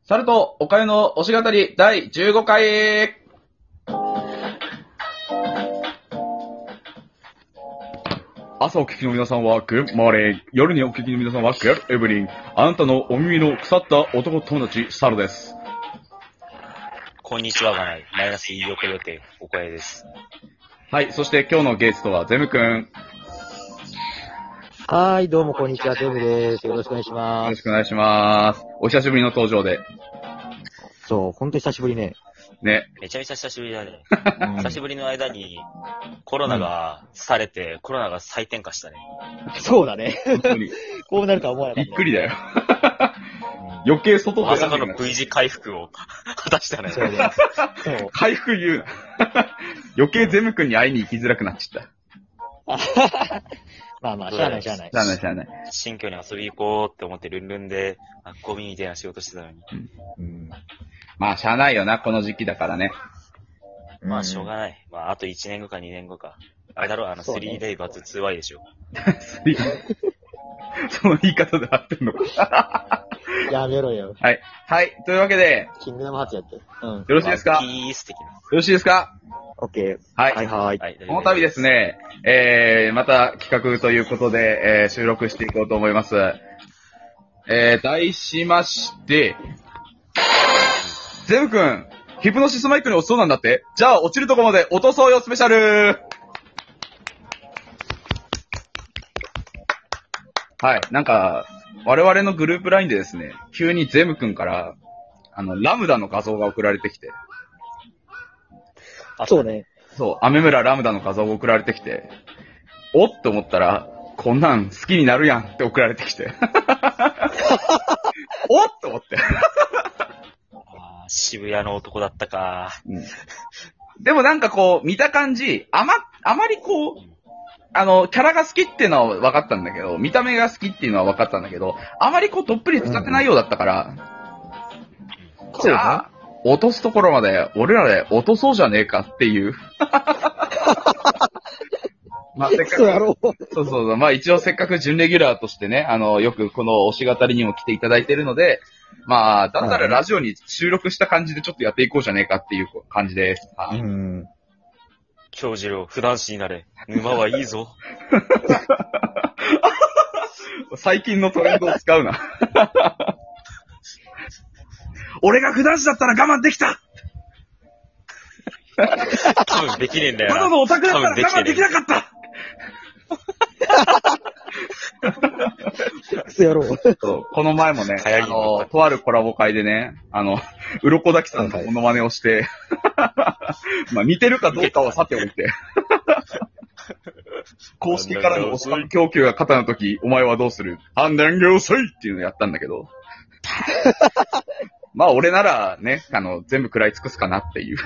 サルト、おかゆの推し語り第15回。朝お聞きの皆さんはグッモーニング。夜にお聞きの皆さんはグッエブリン。あなたのお耳の腐った男友達、サルです。 こんにちはがない。マイナス言い遅れて、おかえです。 はい、そして今日のゲストはゼムくん。 はい、どうもこんにちは、ゼムです。よろしくお願いしよます。 ろしくお願いします。お久しぶりの登場で。 そう、ほんと久しぶりね。 ね。 めちゃめちゃ久しぶりだね。 うん久しぶりの間に、コロナが廃れて、コロナが再転化したね。 そうだね。 本当に。 こうなるとは思わなかった。 びっくりだよ。余計外まさかの出られなくなる V 字回復を果たしたね。 そうね。そう。 回復言うな。余計ゼムくんに会いに行きづらくなっちゃった。 まあまあ、しゃあないしゃあない。 しゃあないしゃあない。 新居に遊び行こうって思ってルンルンで、ゴミみたいな仕事してたのに。 うん。 まあ、しゃあないよな、この時期だからね。 まあ、しょうがない。まあ、あと1年後か2年後か。あれだろ、 そうね 3day バツ 2y でしょ。 その言い方で合ってんのか。 やめろよ。 はい。はい。というわけで、 キングダムハーツやって。うん。 よろしいですか？ ピース的な。 よろしいですか？ オッケー。 はい。 はいはい。 はい、 この度です。ね、また企画ということで、収録していこうと思います。題しまして、ゼムくん、ヒプノシスマイクに落ちそうなんだって？じゃあ落ちるとこまで落とそうよスペシャル。はい。なんか、我々のグループラインでですね、急にゼムくんから、ラムダの画像が送られてきて、 そうね。 そう、アメ村ラムダの画像が送られてきて、おっと思ったら、こんなん好きになるやんって送られてきて。おっと思って。 渋谷の男だったか。 うん、でもなんかこう、見た感じ、あまりこう、キャラが好きっていうのは分かったんだけど、見た目が好きっていうのは分かったんだけど、あまりこう、どっぷり使ってないようだったから、じゃあ、落とすところまで、俺らで落とそうじゃねえかっていう。まあ、せっかく、そうそう、まあ一応せっかく準レギュラーとしてね、よくこの推し語りにも来ていただいているので、まあ、だったらラジオに収録した感じでちょっとやっていこうじゃねえかっていう感じです。 うん。 京次郎、普段子になれ。沼はいいぞ。 最近のトレンドを使うな。俺が普段子だったら我慢できた。 多分できねえんだよな。 ただのオタクだったら我慢できなかった。 クソ野郎。 そうこの前もね、 流行りのとあるコラボ会でね、鱗滝さんのモノマネをして、まあ似てるかどうかはさておいて、公式からの推し供給が肩の時、お前はどうする？判断が遅いっていうのをやったんだけど、まあ俺ならね、全部食らい尽くすかなっていう。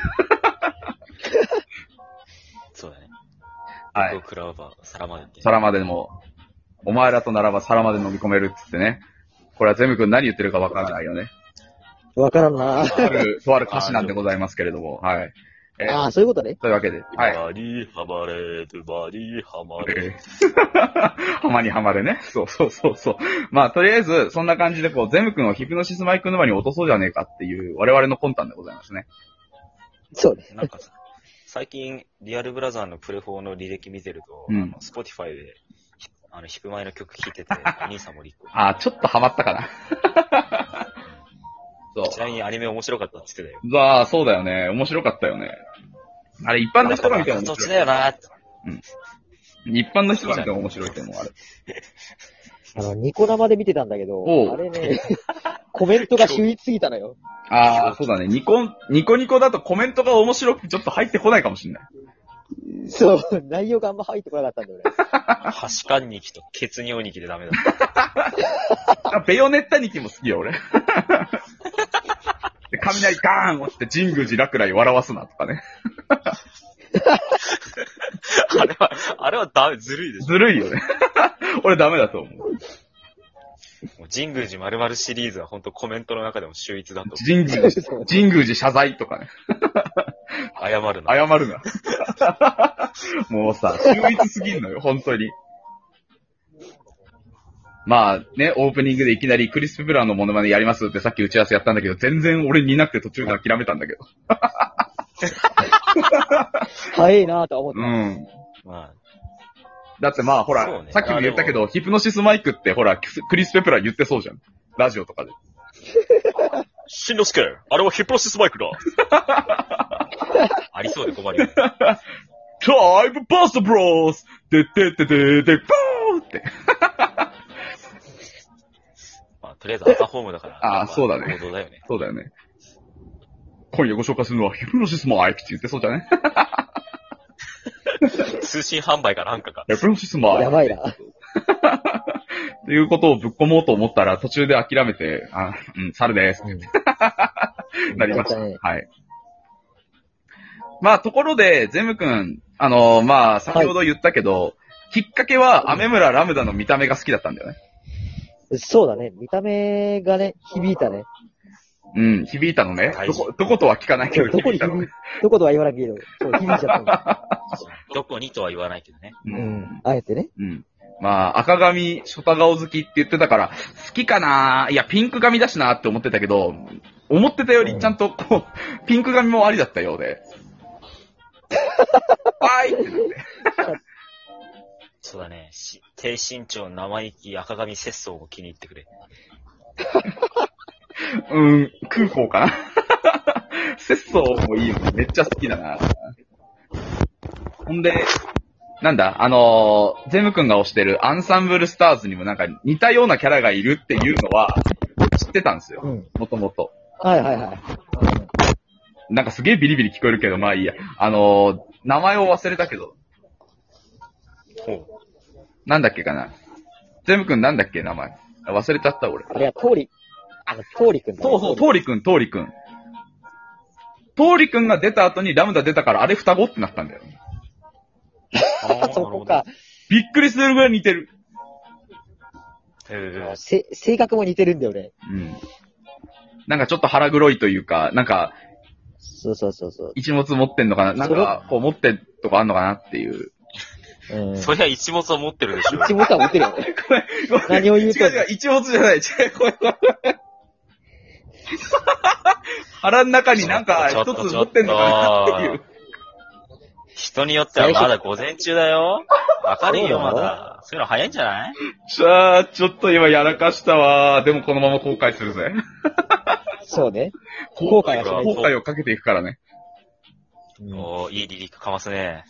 そうだね。 はい。 毒を食らわば、皿までって。 皿までも、お前らとならば皿まで飲み込めるっつってね。これはゼム君何言ってるかわからないよね。 わからんな。 とある歌詞なんでございますけれども、はい。 ああ、そういうことね。 というわけで、はい。 バリーハマレ、バリーハマレ。 浜にはまれね。そう。まあ、とりあえず、そんな感じで、こう、ゼム君をヒプノシスマイク沼に落とそうじゃねえかっていう、我々の魂胆でございますね。 そうね。 なんかさ、最近、リアルブラザーのプレフォーの履歴見てると、スポティファイで、ヒプマイの曲聴いてて、お兄さんもリッコ。 あ、ちょっとハマったかな。そう。 ちなみにアニメ面白かったって言ってたよ。 まあ、そうだよね。面白かったよね。あれ、一般の人が見ても面そっち白い。 だよな。 一般の人が見ても面白いと思う、あれ。 ニコ生で見てたんだけどおう、 あれね、コメントが秀逸すぎたのよ。 ああ、そうだね。ニコニコだとコメントが面白くてちょっと入ってこないかもしれない。 そう、内容があんま入ってこなかったんだよね。 ハシカンニキとケツニョニキでダメだ。 ベヨネッタニキも好きよ、俺。で雷ガーン落ちて神宮寺落雷笑わすなとかね。 あれはダメ、ずるいでしょ。 ずるいよね。俺ダメだと思う。 もう神宮寺〇〇シリーズは本当コメントの中でも秀逸だと。 神宮寺謝罪とかね。 謝るな。 謝るな。もうさ、秀逸すぎんのよ、本当に。 まあね、オープニングでいきなりクリス・ペプラーのモノマネやりますってさっき打ち合わせやったんだけど、全然俺にいなくて途中で諦めたんだけど。 早いなぁとは思っうた。 ん。 まあ、 だってまあほら、 そうねさっきも言ったけど、ヒプノシスマイクってほら、クリス・ペプラー言ってそうじゃん。ラジオとかで。 しんのすけ、あれはヒプノシスマイクだ。ありそうで困るよね。 タイムバストブロースででででで、ボーって。 まあ、とりあえず赤ホームだから。 あーそうだね行動だよね。 そうだよね。今夜ご紹介するのはヒプノシスマイクって言ってそうじゃね。 通信販売かなんかか。 ヒプノシスマイク。 やばいな。 っていうことをぶっ込もうと思ったら途中で諦めて、猿です。なりました。 ね。 はい。まあ、ところで、ゼム君、まあ、先ほど言ったけど、きっかけは、アメ村ラムダの見た目が好きだったんだよね。 そうだね。見た目がね、響いたね。 うん、響いたのね。 大事どことは聞かないけど、 どこに響いたのね。 どことは言わなきゃいけないけど、そう、響いちゃったんだ。 どこにとは言わないけどね。 あえてね。 うん。まあ、赤髪、ショタ顔好きって言ってたから、好きかないや、ピンク髪だしなって思ってたけど、思ってたよりちゃんと、こう、ピンク髪もありだったようで。はいってなって。 そうだね。低身長、生意気、赤髪、節操を気に入ってくれ。 空港かな。節操もいいのめっちゃ好きだな。ほんで、なんだ、ゼム君が推してるアンサンブルスターズにもなんか似たようなキャラがいるっていうのは知ってたんですよ。もともと。 はいはいはい。 なんかすげえビリビリ聞こえるけど、まあいいや。名前を忘れたけど。 ほう。 なんだっけかな。ゼム君なんだっけ名前。忘れちゃった俺。 あれは通りくんだね。 そうそう、通りくん。通りくんが出た後にラムダ出たからあれ双子ってなったんだよ。 そこか。 びっくりするぐらい似てる。 性格も似てるんだよね。 うん。なんかちょっと腹黒いというか、なんか、 そう。 一物持ってんのかななんか、こう持ってんとかあんのかなっていう。 そりゃ一物は持ってるでしょ。 一物は持ってるよね。 ごめん何を言うと。 違う、一物じゃない。違う、ごめん。腹の中になんか一つ持ってんのかなっていう。 人によってはまだ午前中だよ。明るいよ、まだ。そういうの早いんじゃない？ ちょっと今やらかしたわ。でもこのまま後悔するぜ。 そうね。 後悔をかけていくからね。 おー、いいリリックかますね。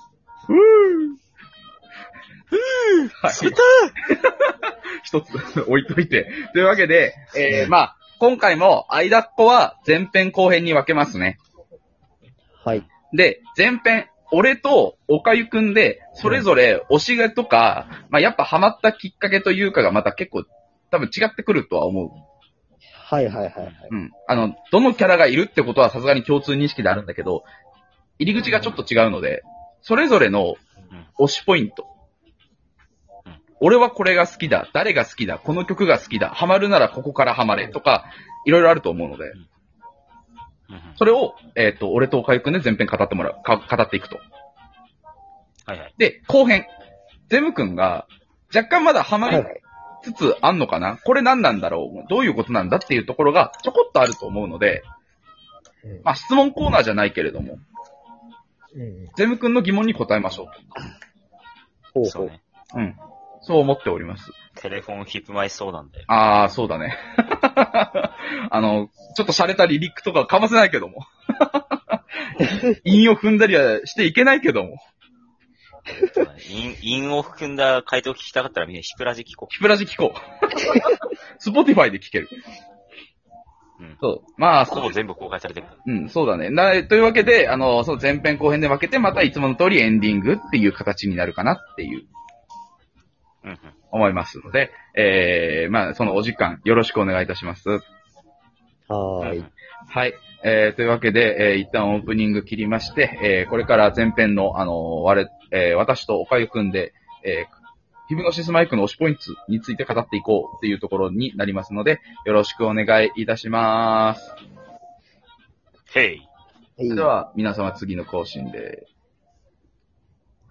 はい。一つ置いといて。というわけで、まあ、今回も、間っこは前編後編に分けますね。 はい。 で、前編、俺とおかゆくんで、それぞれ推しがとか、まあやっぱハマったきっかけというかがまた結構多分違ってくるとは思う。 はい。 うん。どのキャラがいるってことはさすがに共通認識であるんだけど、入り口がちょっと違うので、それぞれの推しポイント。俺はこれが好きだ、誰が好きだ、この曲が好きだ、ハマるならここからハマれとか、いろいろあると思うので、それを、俺とおかゆくんで全編語っていくと。 はいはい。 で、後編。ゼムくんが、若干まだハマりつつあんのかな、これ何なんだろう、どういうことなんだっていうところがちょこっとあると思うので、まあ質問コーナーじゃないけれども、ゼムくんの疑問に答えましょうと。 そうね。 うん。そう思っております。 テレフォンヒップマイそうなんで。 あー、そうだね。ちょっと洒落たリリックとかかませないけども。韻を踏んだりはしていけないけども。 韻を含んだ回答聞きたかったらみんなヒプラジ聞こう。 ヒプラジ聞こう。スポティファイで聞ける。そう。まあ、 ほぼ全部公開されてる。 そうだね。というわけで、その前編後編で分けて、またいつもの通りエンディングっていう形になるかなっていう、思いますので、まあ、そのお時間、よろしくお願いいたします。 はい。 はい。というわけで、一旦オープニング切りまして、これから前編の、私とおかゆくんで、ヒプノシスマイクの推しポイントについて語っていこうっていうところになりますので、よろしくお願いいたします。 へい。 それでは、皆様次の更新で。